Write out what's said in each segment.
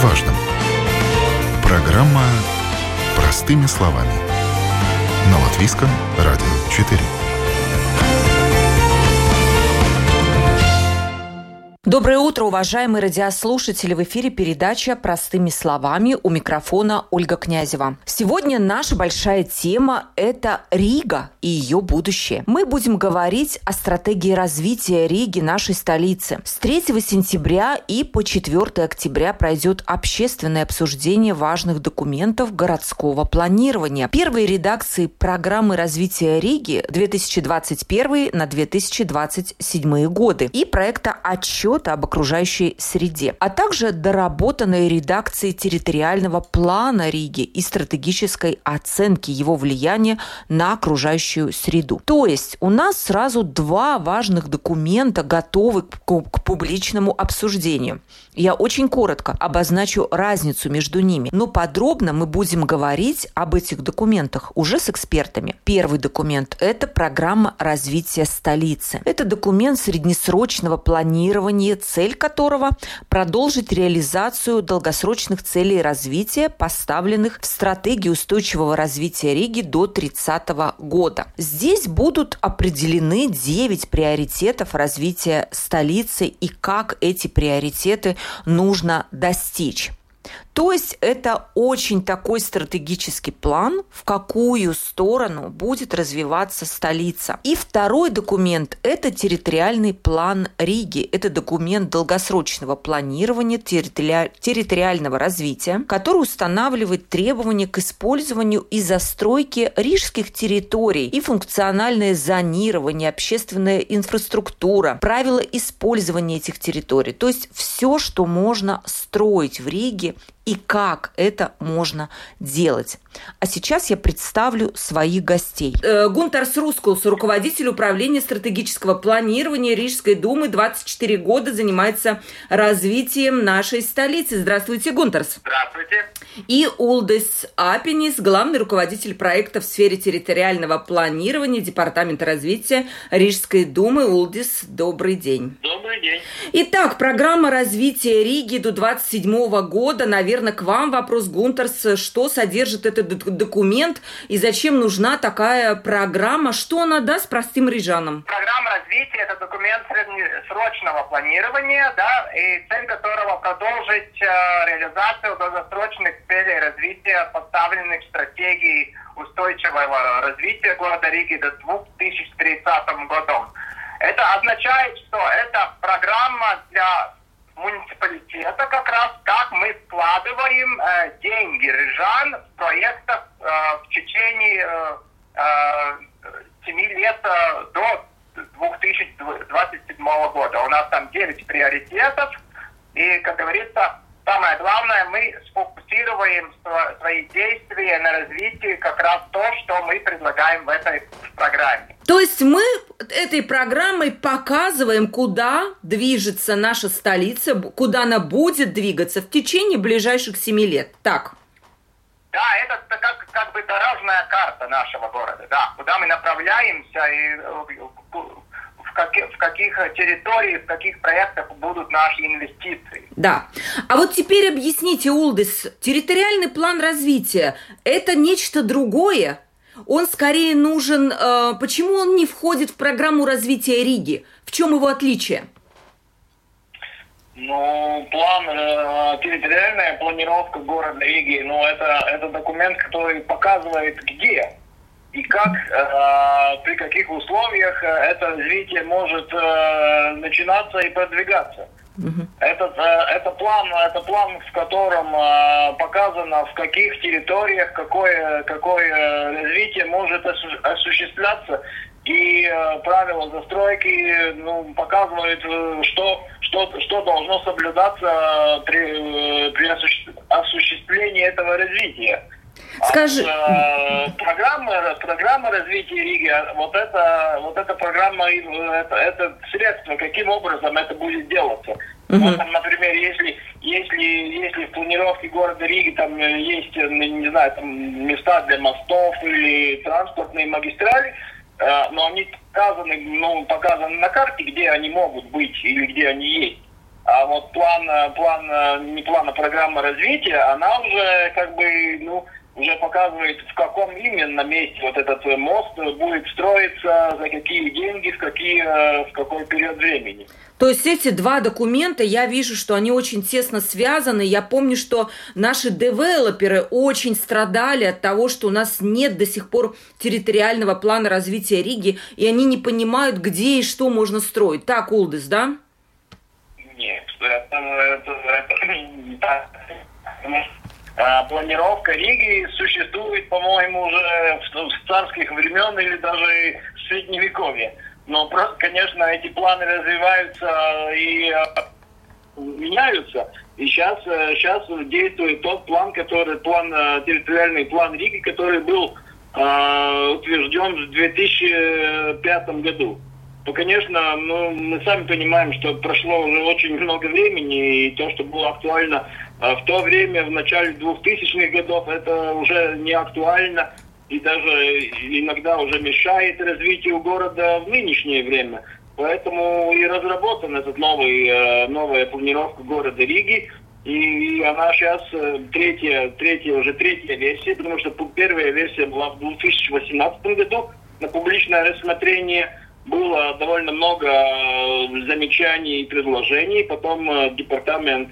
важном. Программа «Простыми словами» на Латвийском радио 4. Доброе утро, уважаемые радиослушатели! В эфире передача «Простыми словами», у микрофона Ольга Князева. Сегодня наша большая тема – это Рига и ее будущее. Мы будем говорить о стратегии развития Риги, нашей столицы. С 3 сентября и по 4 октября пройдет общественное обсуждение важных документов городского планирования. Первые редакции программы развития Риги 2021 на 2027 годы и проекта «Отчет об окружающей среде», а также доработанной редакции территориального плана Риги и стратегической оценки его влияния на окружающую среду. То есть у нас сразу два важных документа готовы к публичному обсуждению. Я очень коротко обозначу разницу между ними, но подробно мы будем говорить об этих документах уже с экспертами. Первый документ – это программа развития столицы. Это документ среднесрочного планирования, цель которого – продолжить реализацию долгосрочных целей развития, поставленных в стратегии устойчивого развития Риги до 30 года. Здесь будут определены 9 приоритетов развития столицы и как эти приоритеты нужно достичь. То есть это очень такой стратегический план, в какую сторону будет развиваться столица. И второй документ – это территориальный план Риги. Это документ долгосрочного планирования территориального развития, который устанавливает требования к использованию и застройке рижских территорий и функциональное зонирование, общественная инфраструктура, правила использования этих территорий. То есть все, что можно строить в Риге, и как это можно делать. А сейчас я представлю своих гостей. Гунтарс Рускулс, руководитель управления стратегического планирования Рижской думы, 24 года занимается развитием нашей столицы. Здравствуйте, Гунтарс. Здравствуйте. И Улдис Апенис, главный руководитель проекта в сфере территориального планирования Департамента развития Рижской думы. Улдис, добрый день. Добрый день. Итак, программа развития Риги до 27 года. Наверное, к вам вопрос, Гунтарс. Что содержит этот документ и зачем нужна такая программа? Что она даст простым рижанам? Программа развития – это документ среднесрочного планирования, и цель которого продолжить реализацию долгосрочных целей развития, поставленных в стратегии устойчивого развития города Риги до 2030 года. Это означает, что это программа для муниципалитета, как раз как мы вкладываем деньги рижан в проектах в течение 7 лет до 2027 года. У нас там 9 приоритетов, и, как говорится, самое главное, мы сфокусируем свои действия на развитии как раз то, что мы предлагаем в этой программе. То есть мы этой программой показываем, куда движется наша столица, куда она будет двигаться в течение ближайших 7 лет. Так? Да, это как бы дорожная карта нашего города, да, куда мы направляемся и в каких территориях, в каких проектах будут наши инвестиции. Да. А вот теперь объясните, Улдис, территориальный план развития – это нечто другое? Он скорее нужен… почему он не входит в программу развития Риги? В чем его отличие? Территориальная планировка города Риги, это документ, который показывает, где и как, при каких условиях это развитие может начинаться и продвигаться. Это план, в котором показано, в каких территориях какое развитие может осуществляться, и правила застройки показывают, что должно соблюдаться при осуществлении этого развития. Скажи. Программа развития Риги, вот эта программа, это средство, каким образом это будет делаться. Например, если в планировке города Риги там есть, места для мостов или транспортные магистрали, но они показаны на карте, где они могут быть или где они есть. А вот не план, а программа развития, она уже уже показывает, в каком именно месте вот этот мост будет строиться, за какие деньги, в какой период времени. То есть эти два документа, я вижу, что они очень тесно связаны. Я помню, что наши девелоперы очень страдали от того, что у нас нет до сих пор территориального плана развития Риги, и они не понимают, где и что можно строить. Так, Улдис, да? Нет, это не так. Планировка Риги существует, по-моему, уже с царских времен или даже в Средневековье. Но, конечно, эти планы развиваются и меняются. И сейчас действует тот план, территориальный план Риги, который был утвержден в 2005 году. То, конечно, мы сами понимаем, что прошло уже очень много времени, и то, что было актуально в то время, в начале 2000-х годов, это уже не актуально и даже иногда уже мешает развитию города в нынешнее время. Поэтому и разработана эта новая планировка города Риги, и она сейчас третья версия, потому что первая версия была в 2018 году на публичное рассмотрение. Было довольно много замечаний и предложений. Потом департамент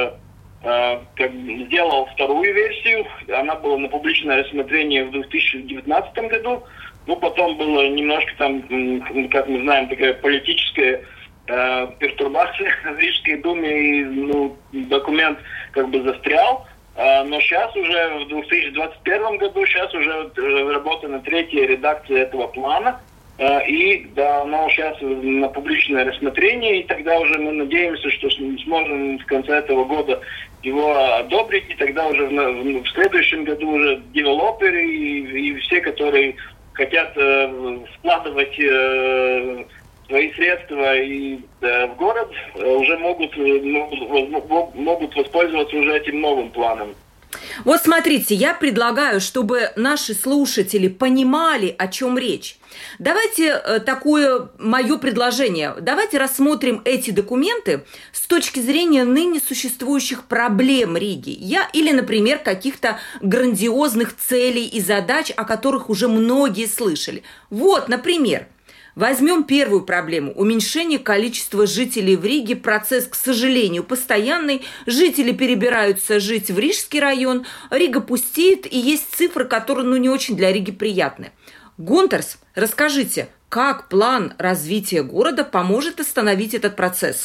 сделал вторую версию. Она была на публичное рассмотрение в 2019 году. Потом было немножко там, как мы знаем, такая политическая пертурбация в Рижской думе. И документ застрял. Но сейчас уже в 2021 году уже разработана третья редакция этого плана. И да, оно сейчас на публичное рассмотрение, и тогда уже мы надеемся, что сможем в конце этого года его одобрить, и тогда уже в следующем году уже девелоперы и все, которые хотят вкладывать свои средства в город, уже могут воспользоваться уже этим новым планом. Вот смотрите, я предлагаю, чтобы наши слушатели понимали, о чем речь. Давайте такое мое предложение. Давайте рассмотрим эти документы с точки зрения ныне существующих проблем Риги. Или, например, каких-то грандиозных целей и задач, о которых уже многие слышали. Вот, например, возьмем первую проблему – уменьшение количества жителей в Риге. Процесс, к сожалению, постоянный. Жители перебираются жить в Рижский район. Рига пустеет, и есть цифры, которые не очень для Риги приятны. Гунтерс, расскажите, как план развития города поможет остановить этот процесс?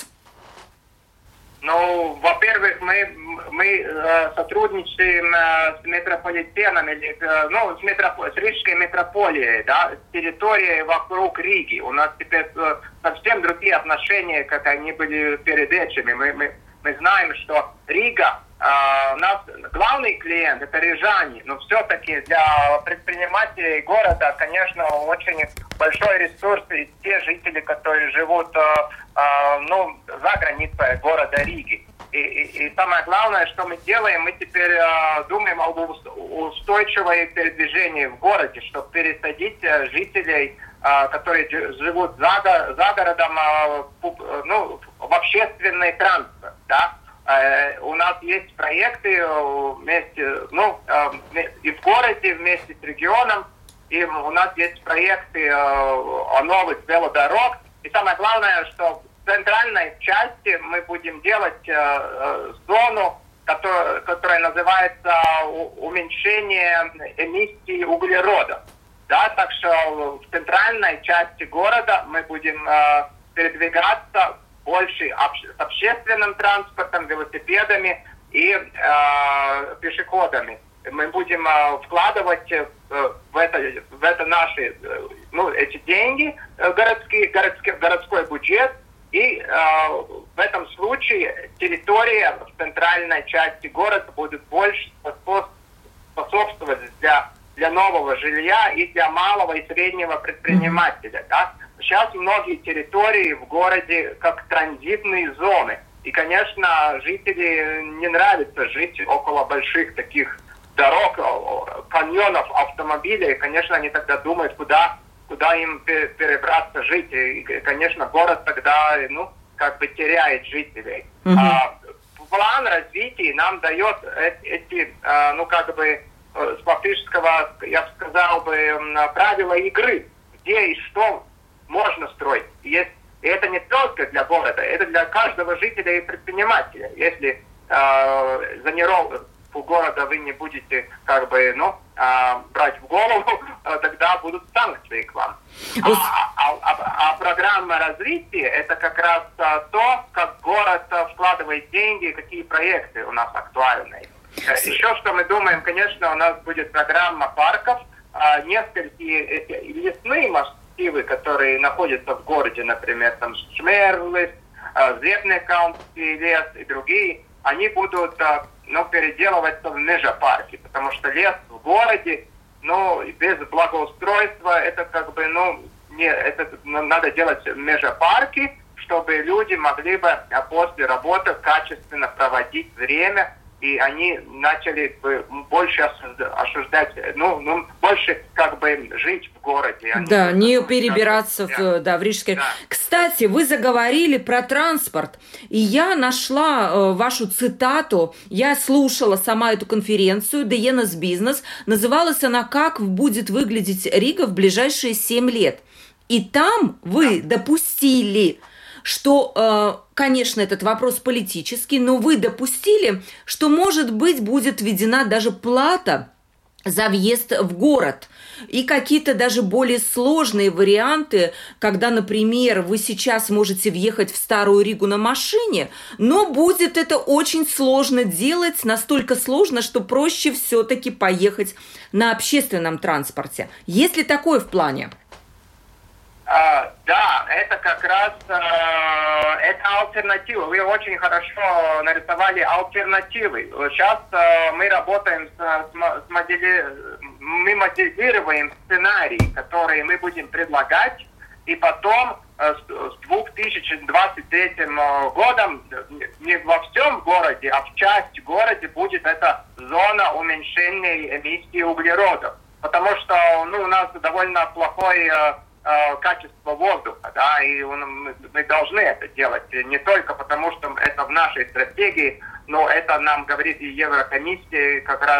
Во-первых, мы сотрудничаем с метрополитеном, с Рижской метрополией, да, с территорией вокруг Риги. У нас теперь совсем другие отношения, как они были перед этими. Мы знаем, что Рига, у нас главный клиент – это рижане, но все-таки для предпринимателей города, конечно, очень большой ресурс и те жители, которые живут за границей города Риги. И самое главное, что мы делаем, мы теперь думаем об устойчивом передвижении в городе, чтобы пересадить жителей, которые живут за городом, в общественный транспорт, да. У нас есть проекты вместе, и в городе вместе с регионом, и у нас есть проекты о новых велодорог. И самое главное, что в центральной части мы будем делать зону, которая называется уменьшение эмиссии углерода. Да, так что в центральной части города мы будем передвигаться больше с общественным транспортом, велосипедами и пешеходами. Мы будем вкладывать в это наши эти деньги, городской бюджет, и в этом случае территория в центральной части города будет больше способствовать для нового жилья и для малого и среднего предпринимателя. Да? Сейчас многие территории в городе как транзитные зоны. И, конечно, жителям не нравится жить около больших таких дорог, каньонов, автомобилей. И, конечно, они тогда думают, куда им перебраться жить. И, конечно, город тогда как бы теряет жителей. План развития нам дает эти, с латышского, я бы сказал, правила игры, где и что можно строить. И это не только для города, это для каждого жителя и предпринимателя. Если зонировку города вы не будете брать в голову, тогда будут санкции к вам. А программа развития — это как раз то, как город вкладывает деньги, какие проекты у нас актуальны. Еще что мы думаем, конечно, у нас будет программа парков, несколько лесные массивы, которые находятся в городе, например, там Шмерлис, Зепнекалнский лес и другие, они будут переделываться в межапарки, потому что лес в городе, без благоустройства, это надо делать межапарки, чтобы люди могли бы после работы качественно проводить время, и они начали бы больше осуждать, больше жить в городе. Да, не перебираться в Рижский. Да. Кстати, вы заговорили про транспорт, и я нашла вашу цитату, я слушала сама эту конференцию «Dienas Business», называлась она «Как будет выглядеть Рига в ближайшие 7 лет». И там вы допустили, что, конечно, этот вопрос политический, но вы допустили, что, может быть, будет введена даже плата за въезд в город. И какие-то даже более сложные варианты, когда, например, вы сейчас можете въехать в Старую Ригу на машине, но будет это очень сложно делать, настолько сложно, что проще все-таки поехать на общественном транспорте. Есть ли такое в плане? Да, это как раз это альтернатива. Вы очень хорошо нарисовали альтернативы. Сейчас мы работаем мы моделируем сценарии, которые мы будем предлагать, и потом с 2023 годом не во всем городе, а в части города будет эта зона уменьшения эмиссии углеродов. Потому что у нас довольно плохое качество воздуха, да, и мы должны это делать не только потому, что это в нашей стратегии, но это нам говорит и Еврокомиссия, как раз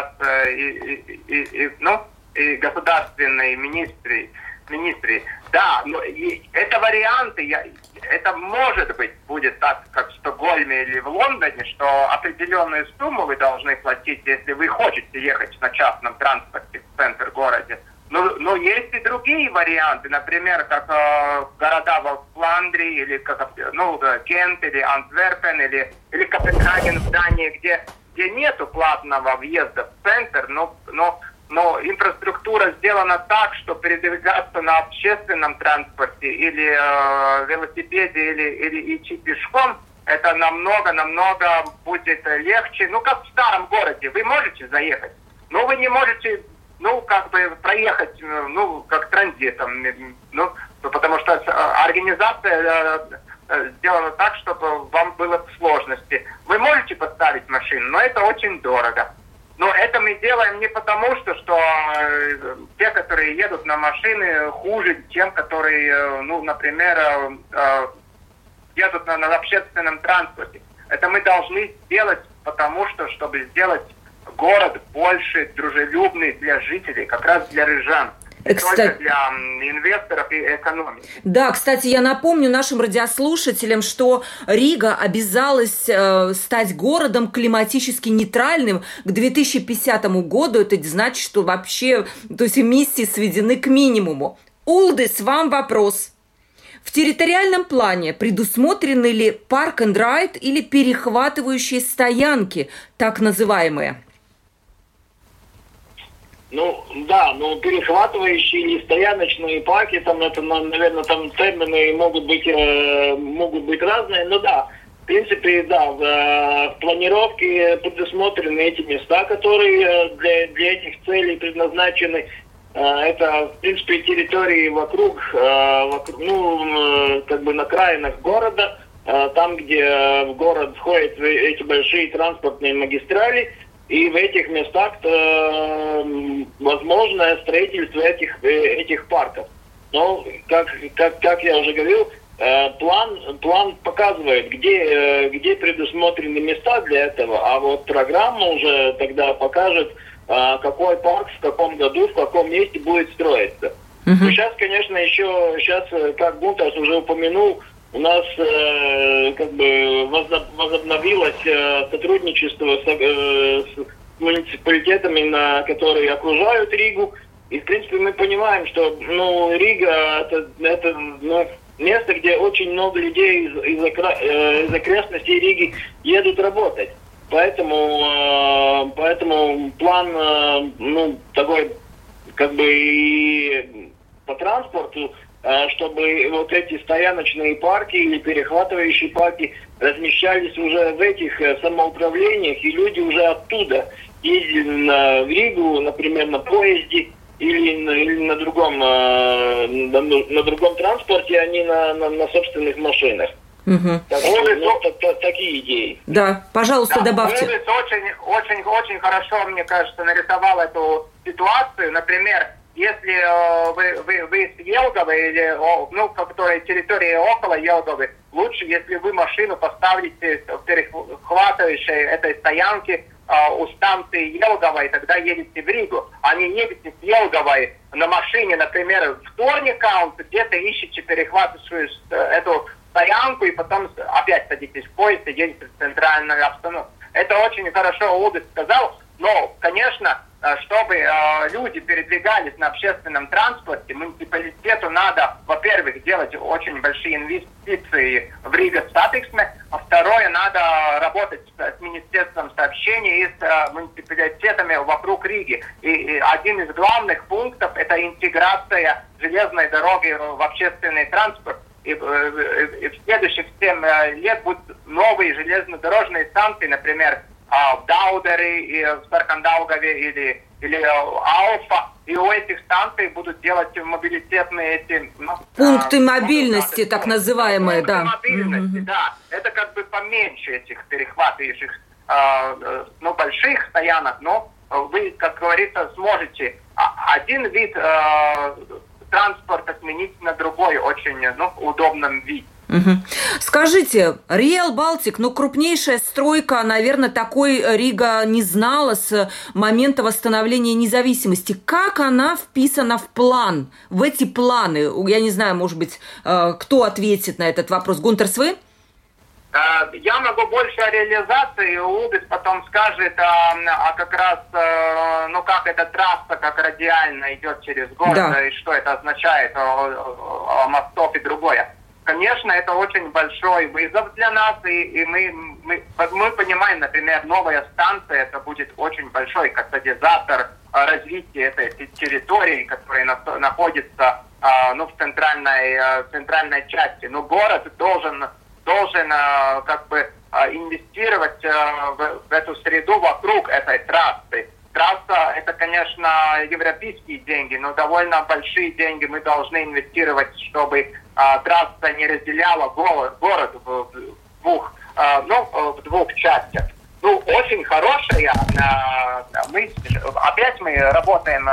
и государственные министры. Да, но это варианты, это может быть будет так, как в Стокгольме или в Лондоне, что определенную сумму вы должны платить, если вы хотите ехать на частном транспорте в центр города. Но есть и другие варианты, например, как города во Фландрии, или Кент, или Антверпен, или Копенгаген в Дании, где нету платного въезда в центр, но инфраструктура сделана так, что передвигаться на общественном транспорте или велосипеде, или идти пешком, это намного будет легче. Как в старом городе. Вы можете заехать, но вы не можете проехать, как транзитом, потому что организация сделана так, чтобы вам было сложности. Вы можете поставить машину, но это очень дорого. Но это мы делаем не потому, что те, которые едут на машины, хуже тем, которые, например, едут на общественном транспорте. Это мы должны сделать, потому что, чтобы сделать город больше дружелюбный для жителей, как раз для рижан. Только для инвесторов и экономики. Да, кстати, я напомню нашим радиослушателям, что Рига обязалась стать городом климатически нейтральным к 2050 году. Это значит, что вообще, то есть эмиссии сведены к минимуму. Улдис, вам вопрос. В территориальном плане предусмотрены ли парк энд райд или перехватывающие стоянки, так называемые? Перехватывающие или стояночные парки, наверное, термины могут быть разные, но да, в принципе, да, в планировке предусмотрены эти места, которые для этих целей предназначены. Это, в принципе, территории вокруг, на окраинах города, там, где в город входят эти большие транспортные магистрали. И в этих местах возможно строительство этих парков. Но, как я уже говорил, план показывает, где предусмотрены места для этого, а вот программа уже тогда покажет, какой парк в каком году, в каком месте будет строиться. Сейчас, конечно, как Гунтарс уже упомянул, у нас возобновилось сотрудничество с муниципалитетами, которые окружают Ригу. И, в принципе, мы понимаем, что Рига это место, где очень много людей из окрестностей Риги едут работать. Поэтому план такой и по транспорту, чтобы вот эти стояночные парки или перехватывающие парки размещались уже в этих самоуправлениях, и люди уже оттуда ездили в Ригу, например, на поезде или на другом транспорте, а не на собственных машинах. Такие идеи. Да, пожалуйста, добавьте. Очень хорошо, мне кажется, нарисовал эту ситуацию. Например, если вы с Елговой или, которой территории около Елговы, лучше, если вы машину поставите в перехватывающей этой стоянке у станции Елговой, тогда едете в Ригу. А не едете с Елговой на машине, например, в Торникаунт, где-то ищете перехватывающую эту стоянку, и потом опять садитесь в поезд и едете в центральную обстановку. Это очень хорошо Улдис сказал, но, конечно, чтобы люди передвигались на общественном транспорте, муниципалитету надо, во-первых, делать очень большие инвестиции в Рига Статиксме, а второе, надо работать с Министерством сообщений и с муниципалитетами вокруг Риги. И один из главных пунктов – это интеграция железной дороги в общественный транспорт. И в следующих 7 лет будут новые железнодорожные станции, например, в Даудере, и в Старкандаугаве или Алфа. И у этих станций будут делать мобилитетные пункты мобильности, так называемые, да. Мобильности, да. Это поменьше этих перехватывающих больших стоянок, но вы, как говорится, сможете один вид транспорта сменить на другой очень удобном виде. Скажите, Риэл Балтик, крупнейшая стройка, наверное, такой Рига не знала с момента восстановления независимости. Как она вписана в план, в эти планы? Я не знаю, может быть, кто ответит на этот вопрос. Гунтарс, вы? Я могу больше о реализации, Улдис потом скажет, как раз, как эта трасса, как радиально идет через город, да. И что это означает, о мостов и другое. Конечно, это очень большой вызов для нас, и мы понимаем, например, новая станция, это будет очень большой катализатор развития этой территории, которая находится в центральной части. Но город должен инвестировать в эту среду вокруг этой трассы. Трасса – это, конечно, европейские деньги, но довольно большие деньги мы должны инвестировать, чтобы трасса не разделяла город в двух частях. Очень хорошая мысль. Опять мы работаем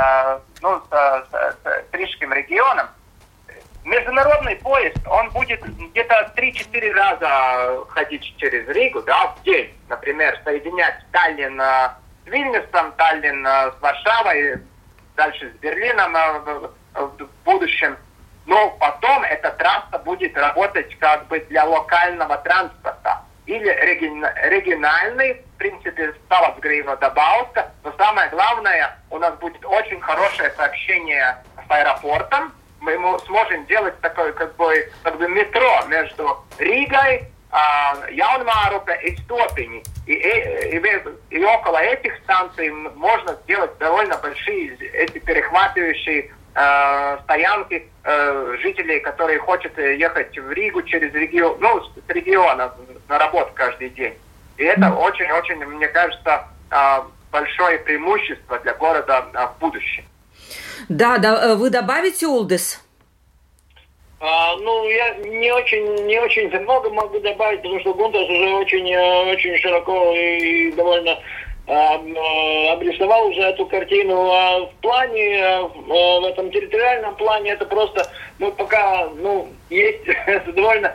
с Рижским регионом. Международный поезд, он будет где-то 3-4 раза ходить через Ригу, в день. Например, соединять Таллин с Вильнюсом, Таллин с Варшавой, дальше с Берлином в будущем. Но потом эта трасса будет работать для локального транспорта. Или региональный, в принципе, Салацгрива до Бауска. Но самое главное, у нас будет очень хорошее сообщение с аэропортом. Мы сможем делать такое метро между Ригой, Jaunmārupe и Стопини. И около этих станций можно сделать довольно большие эти перехватывающие стоянки жителей, которые хотят ехать в Ригу через регион, с региона на работу каждый день. И это очень-очень, мне кажется, большое преимущество для города в будущем. Да, вы добавите, Улдис? Я не очень много могу добавить, потому что Гунтарс уже очень широко и довольно обрисовал уже эту картину. А в плане, в этом территориальном плане, это просто, пока, есть это довольно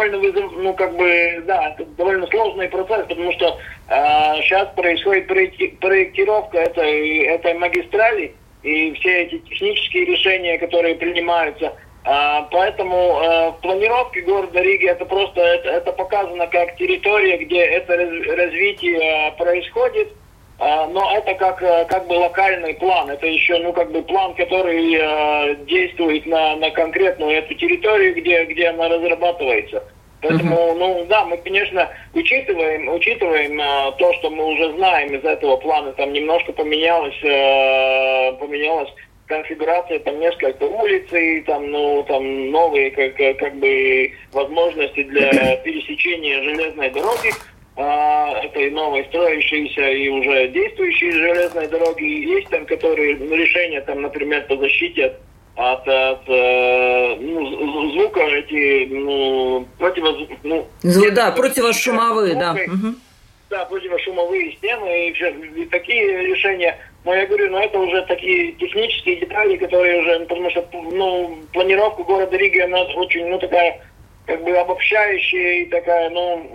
это довольно сложный процесс, потому что сейчас происходит проектировка этой магистрали и все эти технические решения, которые принимаются. Поэтому в планировке города Риги это показано как территория, где это развитие происходит. Но это как бы локальный план. Это еще, план, который действует на конкретную эту территорию, где она разрабатывается. Поэтому, мы, конечно, учитываем то, что мы уже знаем из этого плана. Там немножко поменялась конфигурация, там несколько улиц, и там новые возможности для пересечения железной дороги. Этой новой строящейся и уже действующей железной дороги. Есть там, которые решения, там, например, по защите от звука, эти противошумовые, да. Да, противошумовые стены и такие решения. Но я говорю, это уже такие технические детали, которые уже, потому что планировка города Риги, она очень, такая, обобщающая и такая,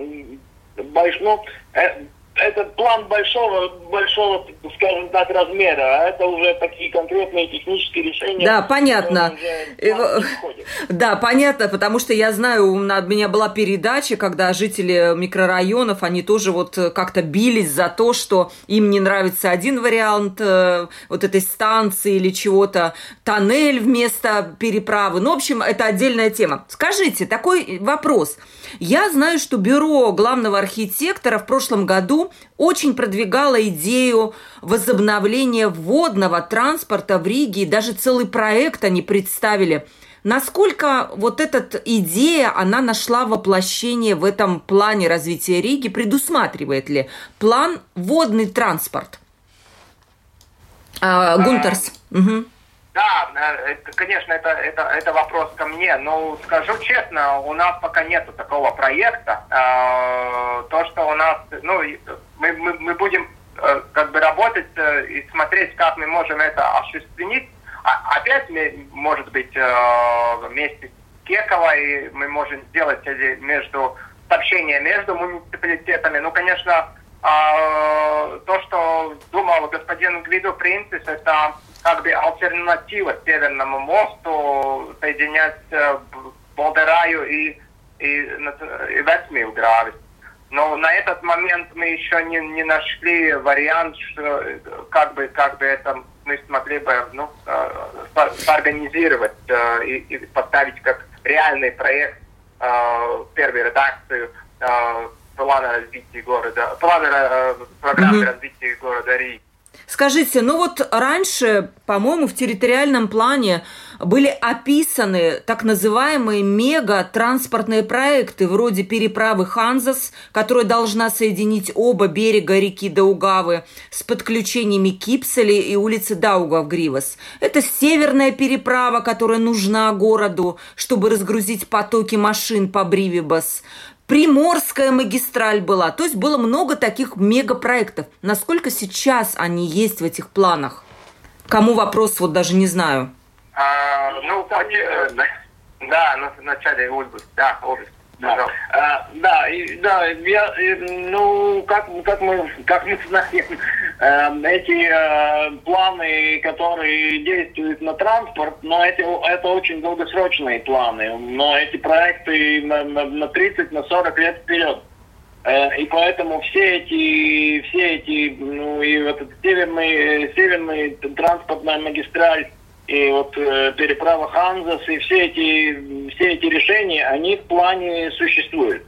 это план большого, скажем так, размера, а это уже такие конкретные технические решения. Да, понятно. Да, понятно, потому что я знаю, у меня была передача, когда жители микрорайонов, они тоже как-то бились за то, что им не нравится один вариант этой станции или чего-то, тоннель вместо переправы. В общем, это отдельная тема. Скажите, такой вопрос. Я знаю, что бюро главного архитектора в прошлом году очень продвигало идею возобновления водного транспорта в Риге, и даже целый проект они представили. Насколько эта идея, она нашла воплощение в этом плане развития Риги? Предусматривает ли план водный транспорт? Гунтерс. Угу. Да, конечно, это вопрос ко мне. Но скажу честно, у нас пока нету такого проекта. То, что у нас, мы будем работать и смотреть, как мы можем это осуществить. Опять, может быть, вместе с Кековой мы можем сделать сообщения между муниципалитетами. Конечно, то, что думал господин Гвидо Принцис, это альтернатива Северному мосту, соединять Болдераю и Вецмилграви. Но на этот момент мы еще не нашли вариант, что как бы это мы смогли бы организировать и поставить как реальный проект первой редакции плана развития города, программы развития города Риги. Скажите, раньше, по-моему, в территориальном плане были описаны так называемые мега-транспортные проекты, вроде переправы Ханзас, которая должна соединить оба берега реки Даугавы с подключениями Кипсели и улицы Даугавгривас. Это северная переправа, которая нужна городу, чтобы разгрузить потоки машин по Бривибас. Приморская магистраль была. То есть было много таких мегапроектов. Насколько сейчас они есть в этих планах? Кому вопрос, даже не знаю. Вначале область. Да, область. Как мы знаем, эти планы, которые действуют на транспорт, но это очень долгосрочные планы, но эти проекты на 30-40 лет вперед. И поэтому все эти северный транспортная магистраль, и переправа Ханзас, и все эти решения, они в плане существуют.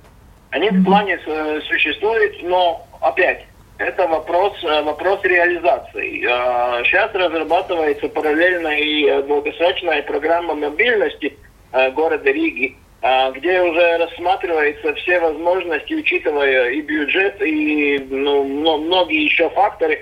Но опять, это вопрос реализации. Сейчас разрабатывается параллельно и долгосрочная программа мобильности города Риги, где уже рассматриваются все возможности, учитывая и бюджет, и многие еще факторы,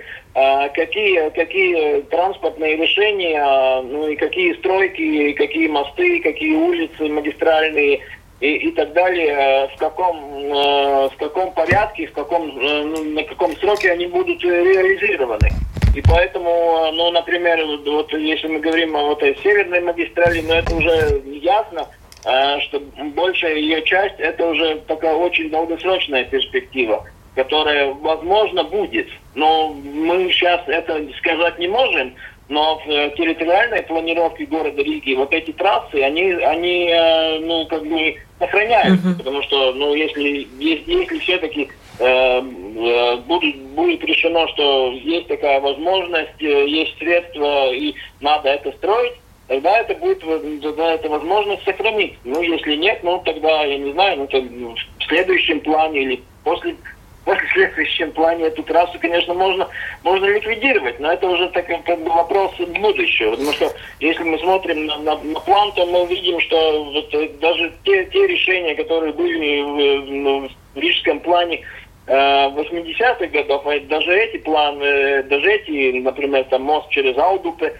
какие транспортные решения, и какие стройки, и какие мосты, какие улицы магистральные и так далее, в каком порядке, на каком сроке они будут реализированы. И поэтому, например, если мы говорим о этой северной магистрали, это уже ясно, что большая ее часть это уже такая очень долгосрочная перспектива, которая, возможно, будет. Но мы сейчас это сказать не можем, но в территориальной планировке города Риги вот эти трассы, они сохраняются, потому что, если все-таки будет решено, что есть такая возможность, есть средства и надо это строить, тогда эта возможность сохранить. Если нет, тогда, я не знаю, в следующем плане или после следующем плане эту трассу, конечно, можно ликвидировать, но это уже вопрос будущего. Потому что если мы смотрим на план, то мы видим, что даже те решения, которые были в рижском плане 80-х годов, даже эти планы, например, там мост через Алдупе,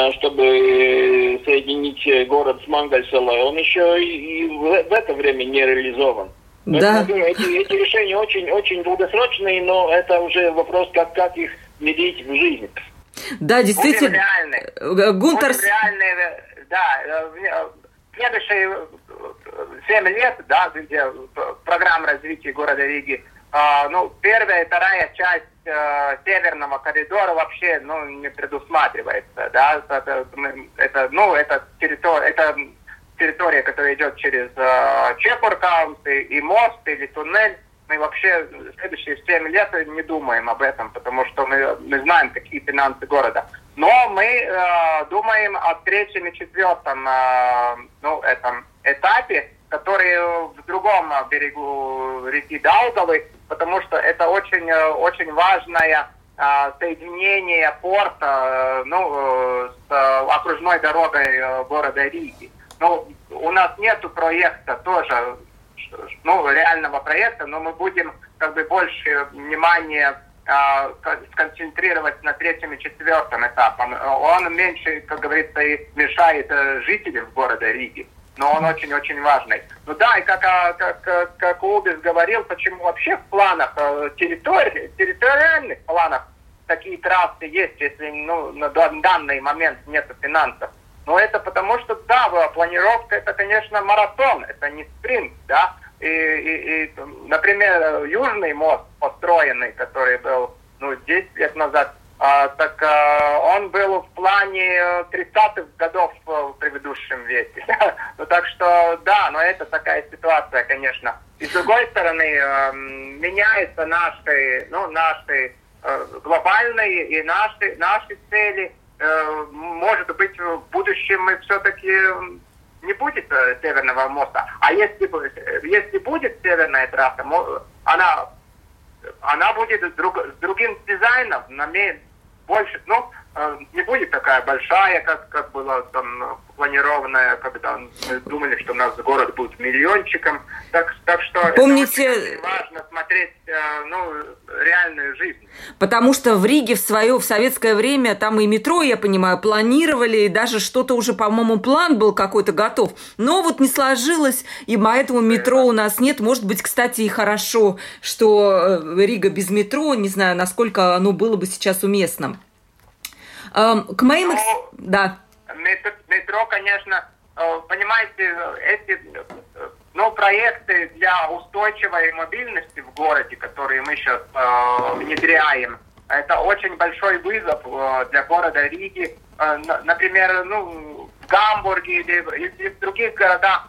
чтобы соединить город с Мангальселой, он еще и в это время не реализован. Да. Эти решения очень долгосрочные, но это уже вопрос, как их внедрить в жизнь. Да, действительно. Гунтер... реальные, да. Следующие 7 лет, да, где программа развития города Риги, первая и вторая часть северного коридора вообще, не предусматривается, да. Это территория, которая идет через Чепуркаунс и мост или туннель. Мы вообще в следующие 7 лет не думаем об этом, потому что мы знаем, какие финансы города. Но мы думаем о 3-м и 4-м этом этапе, который в другом берегу реки Даугавы, потому что это очень, очень важное соединение порта с окружной дорогой города Риги. У нас нету проекта тоже, реального проекта, но мы будем больше внимания сконцентрировать на 3-м и 4-м этапом. Он меньше, как говорится, и мешает жителям города Риги, но он очень-очень важный. И как Улдис говорил, почему вообще в планах, территориальных планах такие трассы есть, если на данный момент нет финансов. Но это потому что, планировка это, конечно, маратон, это не спринт, да. И например, Южный мост, построенный, который был 10 лет назад, он был в плане 30-х годов в предыдущем веке. Так что, но это такая ситуация, конечно. И с другой стороны, меняются наши глобальные и наши цели. Может быть, в будущем мы все-таки не будет Северного моста. А если будет Северная трасса, она будет с другим дизайном, больше, не будет такая большая, как была там планированная, когда мы думали, что у нас город будет миллиончиком. Так что помните, это очень важно смотреть реальную жизнь. Потому что в Риге в советское время там и метро, я понимаю, планировали, и даже что-то уже, по-моему, план был какой-то готов. Но не сложилось, и поэтому метро у нас нет. Может быть, кстати, и хорошо, что Рига без метро, не знаю, насколько оно было бы сейчас уместным. К моим... Да. Метро, конечно, понимаете, эти проекты для устойчивой мобильности в городе, которые мы сейчас внедряем, это очень большой вызов для города Риги. Например, в Гамбурге или в других городах,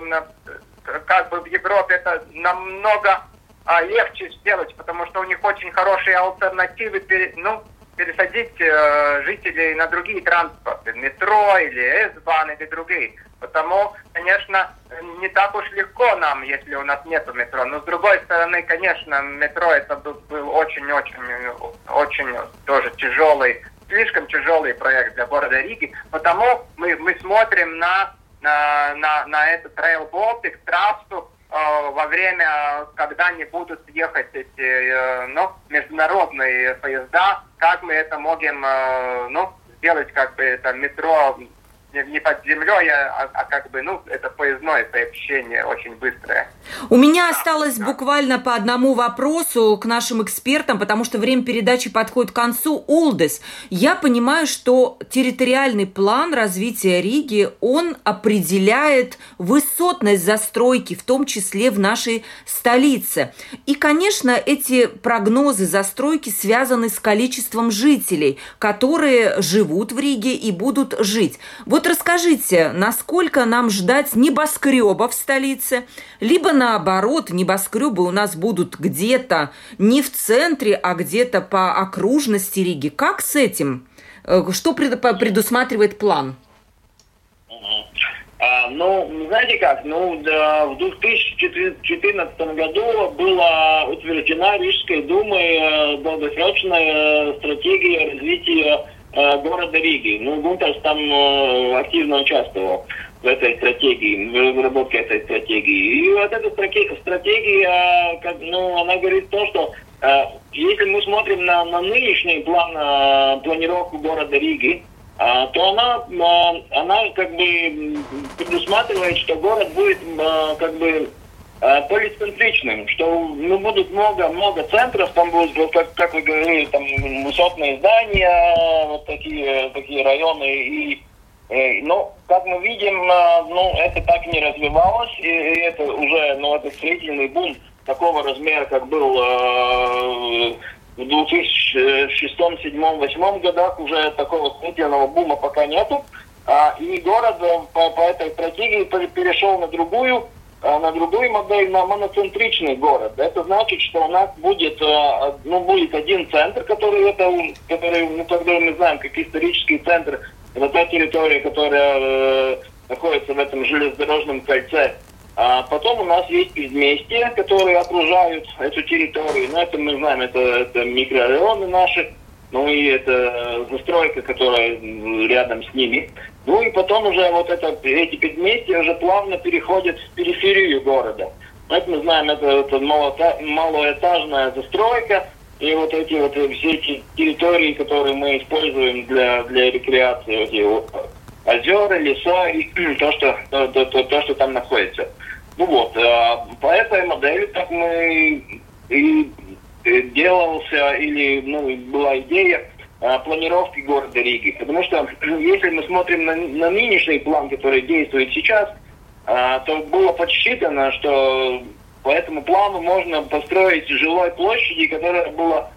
в Европе, это намного легче сделать, потому что у них очень хорошие альтернативы, пересадить жителей на другие транспорты, метро или S-Bahn или другие. Потому, конечно, не так уж легко нам, если у нас нет метро. Но с другой стороны, конечно, метро это был очень тоже тяжелый, слишком тяжелый проект для города Риги. Потому мы смотрим на этот Rail Baltic трассу во время, когда не будут ехать эти международные поезда, как мы это можем сделать, это метро не под землей, а как бы, это поездное сообщение очень быстрое. У меня осталось буквально по одному вопросу к нашим экспертам, потому что время передачи подходит к концу. Улдис, я понимаю, что территориальный план развития Риги, он определяет высотность застройки, в том числе в нашей столице. И, конечно, эти прогнозы застройки связаны с количеством жителей, которые живут в Риге и будут жить. Вот расскажите, насколько нам ждать небоскреба в столице, либо наоборот, небоскребы у нас будут где-то не в центре, а где-то по окружности Риги. Как с этим? Что предусматривает план? Знаете как, в 2014 году была утверждена Рижской думой долгосрочная стратегия развития города Риги. Гунтерс там активно участвовал в этой стратегии, в разработке этой стратегии. И вот эта стратегия, она говорит то, что если мы смотрим на нынешний план, планировку города Риги, то она как бы предусматривает, что город будет как бы полицентричным, что будут много центров, там будут, вот как вы говорили, там высотные здания, вот такие районы, но как мы видим, это так не развивалось, и это уже, это строительный бум такого размера, как был в 2006, 2007, 2008 годах, уже такого строительного бума пока нету, и город по этой стратегии перешел на другую модель, на моноцентричный город. Это значит, что у нас будет один центр, который мы знаем как исторический центр. Это та территория, которая находится в этом железнодорожном кольце. А потом у нас есть предместья, которые окружают эту территорию. Это мы знаем, это микрорайоны наши. И это застройка, которая рядом с ними. И потом уже эти предместья уже плавно переходят в периферию города. Это мы знаем, это малоэтажная застройка. И все эти территории, которые мы используем для рекреации, эти озера, леса и то, что там находится. По этой модели так мы и делался, или была идея планировки города Риги. Потому что если мы смотрим на нынешний план, который действует сейчас, то было подсчитано, что по этому плану можно построить жилой площади, которая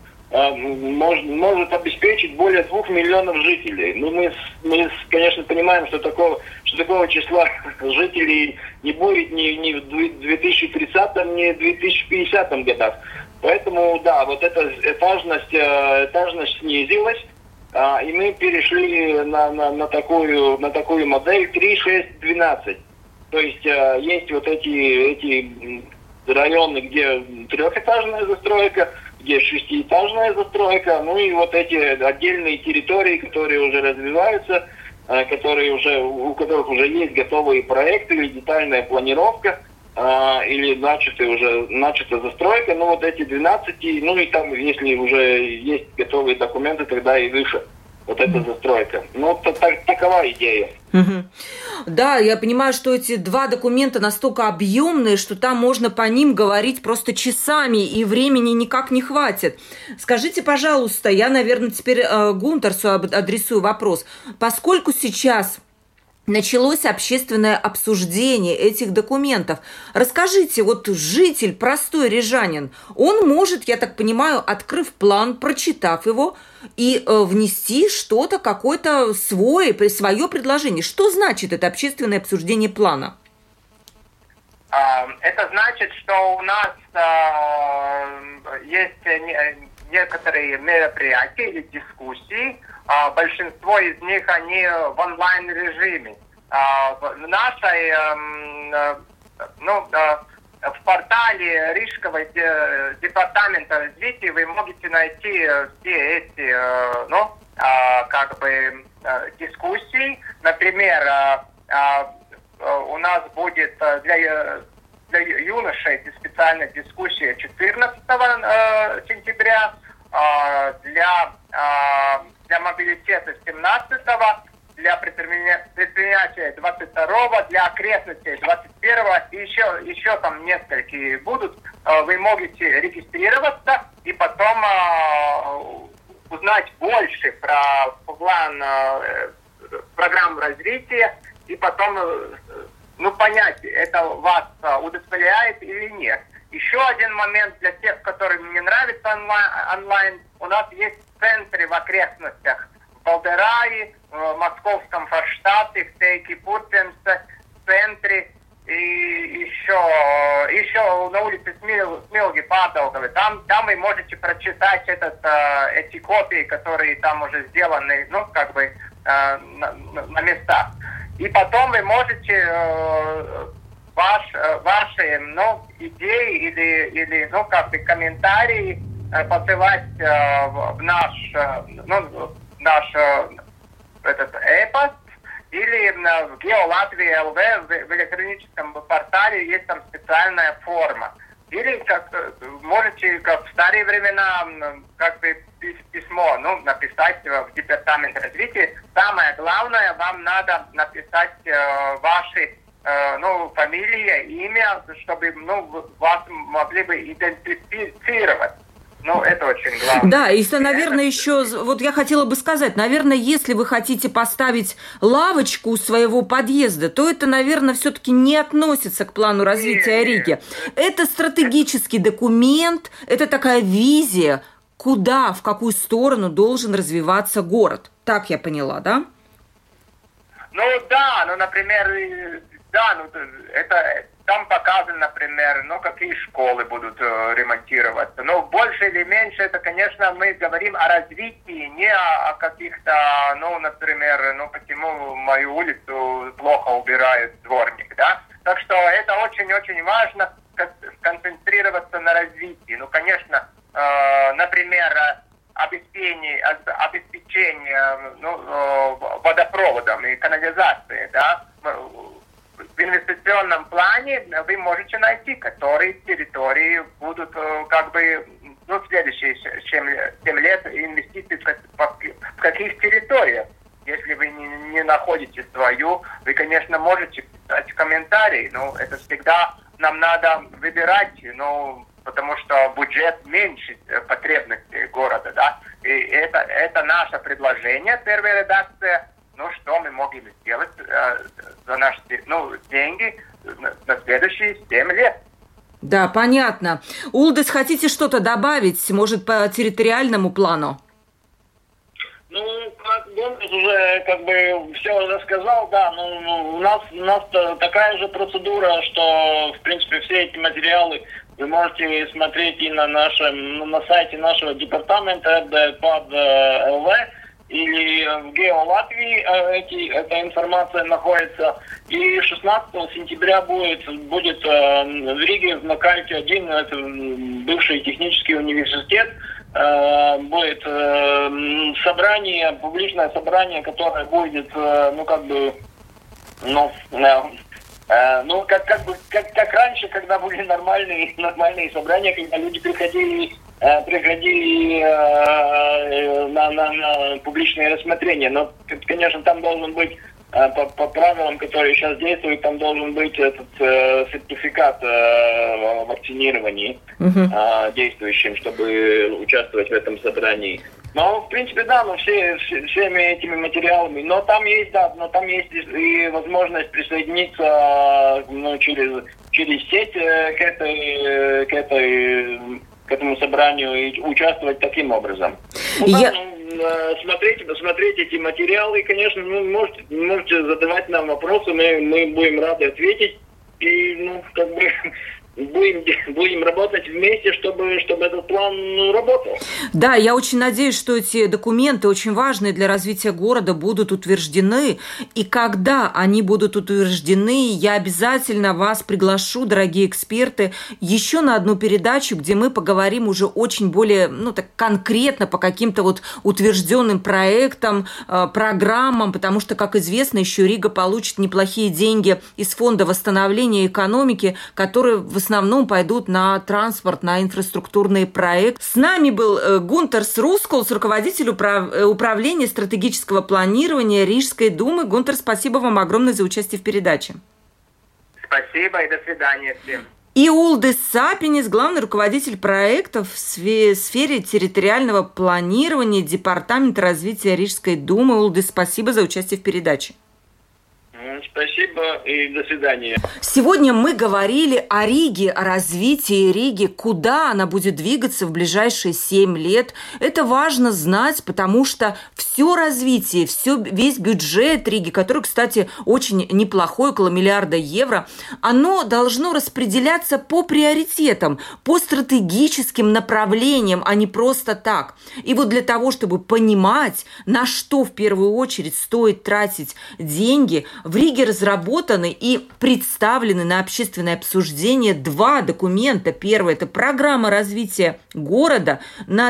может обеспечить более 2 миллионов жителей. Мы, конечно, понимаем, что такого числа жителей не будет ни в 2030, ни в 2050 годах. Поэтому, эта этажность снизилась, и мы перешли на такую модель 3-6-12. То есть есть эти районы, где трехэтажная застройка, где шестиэтажная застройка, и эти отдельные территории, которые уже развиваются, у которых уже есть готовые проекты или детальная планировка, или начата застройка, эти 12, и там, если уже есть готовые документы, тогда и выше. Эта застройка. Такова идея. Угу. Да, я понимаю, что эти два документа настолько объемные, что там можно по ним говорить просто часами, и времени никак не хватит. Скажите, пожалуйста, я, наверное, теперь Гунтерсу адресую вопрос. Поскольку сейчас началось общественное обсуждение этих документов. Расскажите, житель, простой рижанин, он может, я так понимаю, открыв план, прочитав его, и внести что-то, какое-то свое предложение. Что значит это общественное обсуждение плана? Это значит, что у нас есть некоторые мероприятия или дискуссии. Большинство из них, они в онлайн-режиме. В нашей, в портале Рижского департамента развития вы можете найти все эти, дискуссии. Например, у нас будет для юношей специальная дискуссия 14 сентября, для мобилитета 17-го, для предприятия 22-го, для окрестностей 21-го, и еще там несколько будут. Вы можете регистрироваться и потом узнать больше про план программу развития, и потом понять, это вас удовлетворяет или нет. Еще один момент для тех, которым не нравится онлайн. У нас есть центры в окрестностях. В Балдерае, в Московском Форштадте, в Тейки-Пуртенце, в центре. И еще на улице Смилги, Падалгове. Там вы можете прочитать эти копии, которые там уже сделаны, на местах. И потом вы можете ваши идеи или комментарии посылать в наш e-пост или в Геолатвии ЛВ в электроническом портале есть там специальная форма. Или можете, как в старые времена, письмо написать в департамент развития. Самое главное, вам надо написать ваши фамилия, имя, чтобы вас могли бы идентифицировать. Это очень главное. Да, и, наверное, еще, я хотела бы сказать, наверное, если вы хотите поставить лавочку у своего подъезда, то это, наверное, все-таки не относится к плану развития Риги. Это стратегический документ, это такая визия, куда, в какую сторону должен развиваться город. Так я поняла, да? Например, это... Там показано, например, какие школы будут ремонтироваться. Больше или меньше, это, конечно, мы говорим о развитии, не о каких-то, например, почему мою улицу плохо убирает дворник, да? Так что это очень-очень важно, концентрироваться на развитии. Конечно, например, обеспечение водопроводом и канализацией, да? В инвестиционном плане вы можете найти, которые территории будут в следующие 7 лет инвестиции в каких территориях. Если вы не находите свою, вы, конечно, можете писать комментарии, но это всегда нам надо выбирать, потому что бюджет меньше потребностей города, да. И это наше предложение, первая редакция. Что мы могли сделать за наши деньги на следующие 7 лет. Да, понятно. Улдис, хотите что-то добавить, может, по территориальному плану? Гомес уже все рассказал, да, у нас такая же процедура, что, в принципе, все эти материалы вы можете смотреть и на сайте нашего департамента под ЛВ, или в Геолатвии эта информация находится. И 16 сентября будет в Риге, в Накальте 1, это бывший технический университет, будет собрание, публичное собрание, которое будет, как раньше, когда были нормальные собрания, когда люди приходили на публичное рассмотрение. Но, конечно, там должен быть, по правилам, которые сейчас действуют, там должен быть этот сертификат вакцинирования действующим, чтобы участвовать в этом собрании. Но, в принципе, да, всеми этими материалами. Но там есть и возможность присоединиться через сеть к этому собранию и участвовать таким образом. Смотреть эти материалы, и, конечно, можете задавать нам вопросы, мы будем рады ответить. И, будем работать вместе, чтобы этот план работал. Да, я очень надеюсь, что эти документы, очень важные для развития города, будут утверждены. И когда они будут утверждены, я обязательно вас приглашу, дорогие эксперты, еще на одну передачу, где мы поговорим уже очень более конкретно по каким-то утвержденным проектам, программам, потому что, как известно, еще Рига получит неплохие деньги из Фонда восстановления экономики, который в основном пойдут на транспорт, на инфраструктурные проекты. С нами был Гунтерс Рускулс, руководитель управления стратегического планирования Рижской думы. Гунтер, спасибо вам огромное за участие в передаче. Спасибо и до свидания всем. И Улдис Сапинис, главный руководитель проектов в сфере территориального планирования Департамента развития Рижской думы. Улдис, спасибо за участие в передаче. Спасибо и до свидания. Сегодня мы говорили о Риге, о развитии Риги, куда она будет двигаться в ближайшие 7 лет. Это важно знать, потому что все развитие, весь бюджет Риги, который, кстати, очень неплохой, около миллиарда евро, оно должно распределяться по приоритетам, по стратегическим направлениям, а не просто так. И вот для того, чтобы понимать, на что в первую очередь стоит тратить деньги, в Риге разработаны и представлены на общественное обсуждение 2 документа. Первый – это программа развития города на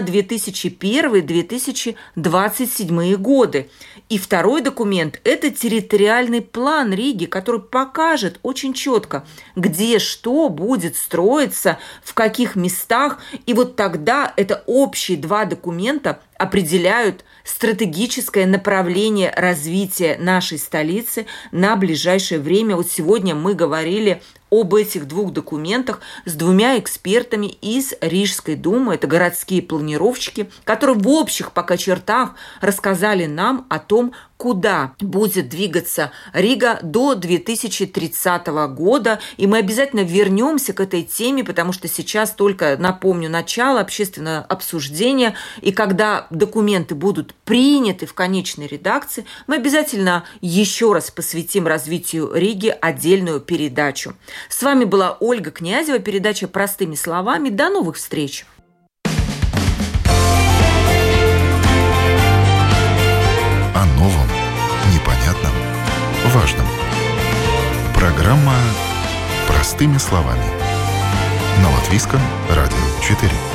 2001-2027 годы. И второй документ – это территориальный план Риги, который покажет очень четко, где что будет строиться, в каких местах. И вот тогда это общие 2 документа определяют стратегическое направление развития нашей столицы на ближайшее время. Вот сегодня мы говорили об этих 2 документах с 2 экспертами из Рижской думы. Это городские планировщики, которые в общих пока чертах рассказали нам о том, куда будет двигаться Рига до 2030 года. И мы обязательно вернемся к этой теме, потому что сейчас только, напомню, начало общественного обсуждения. И когда документы будут приняты в конечной редакции, мы обязательно еще раз посвятим развитию Риги отдельную передачу. С вами была Ольга Князева, передача «Простыми словами». До новых встреч! О новом, непонятном, важном. Программа «Простыми словами» на Латвийском радио 4.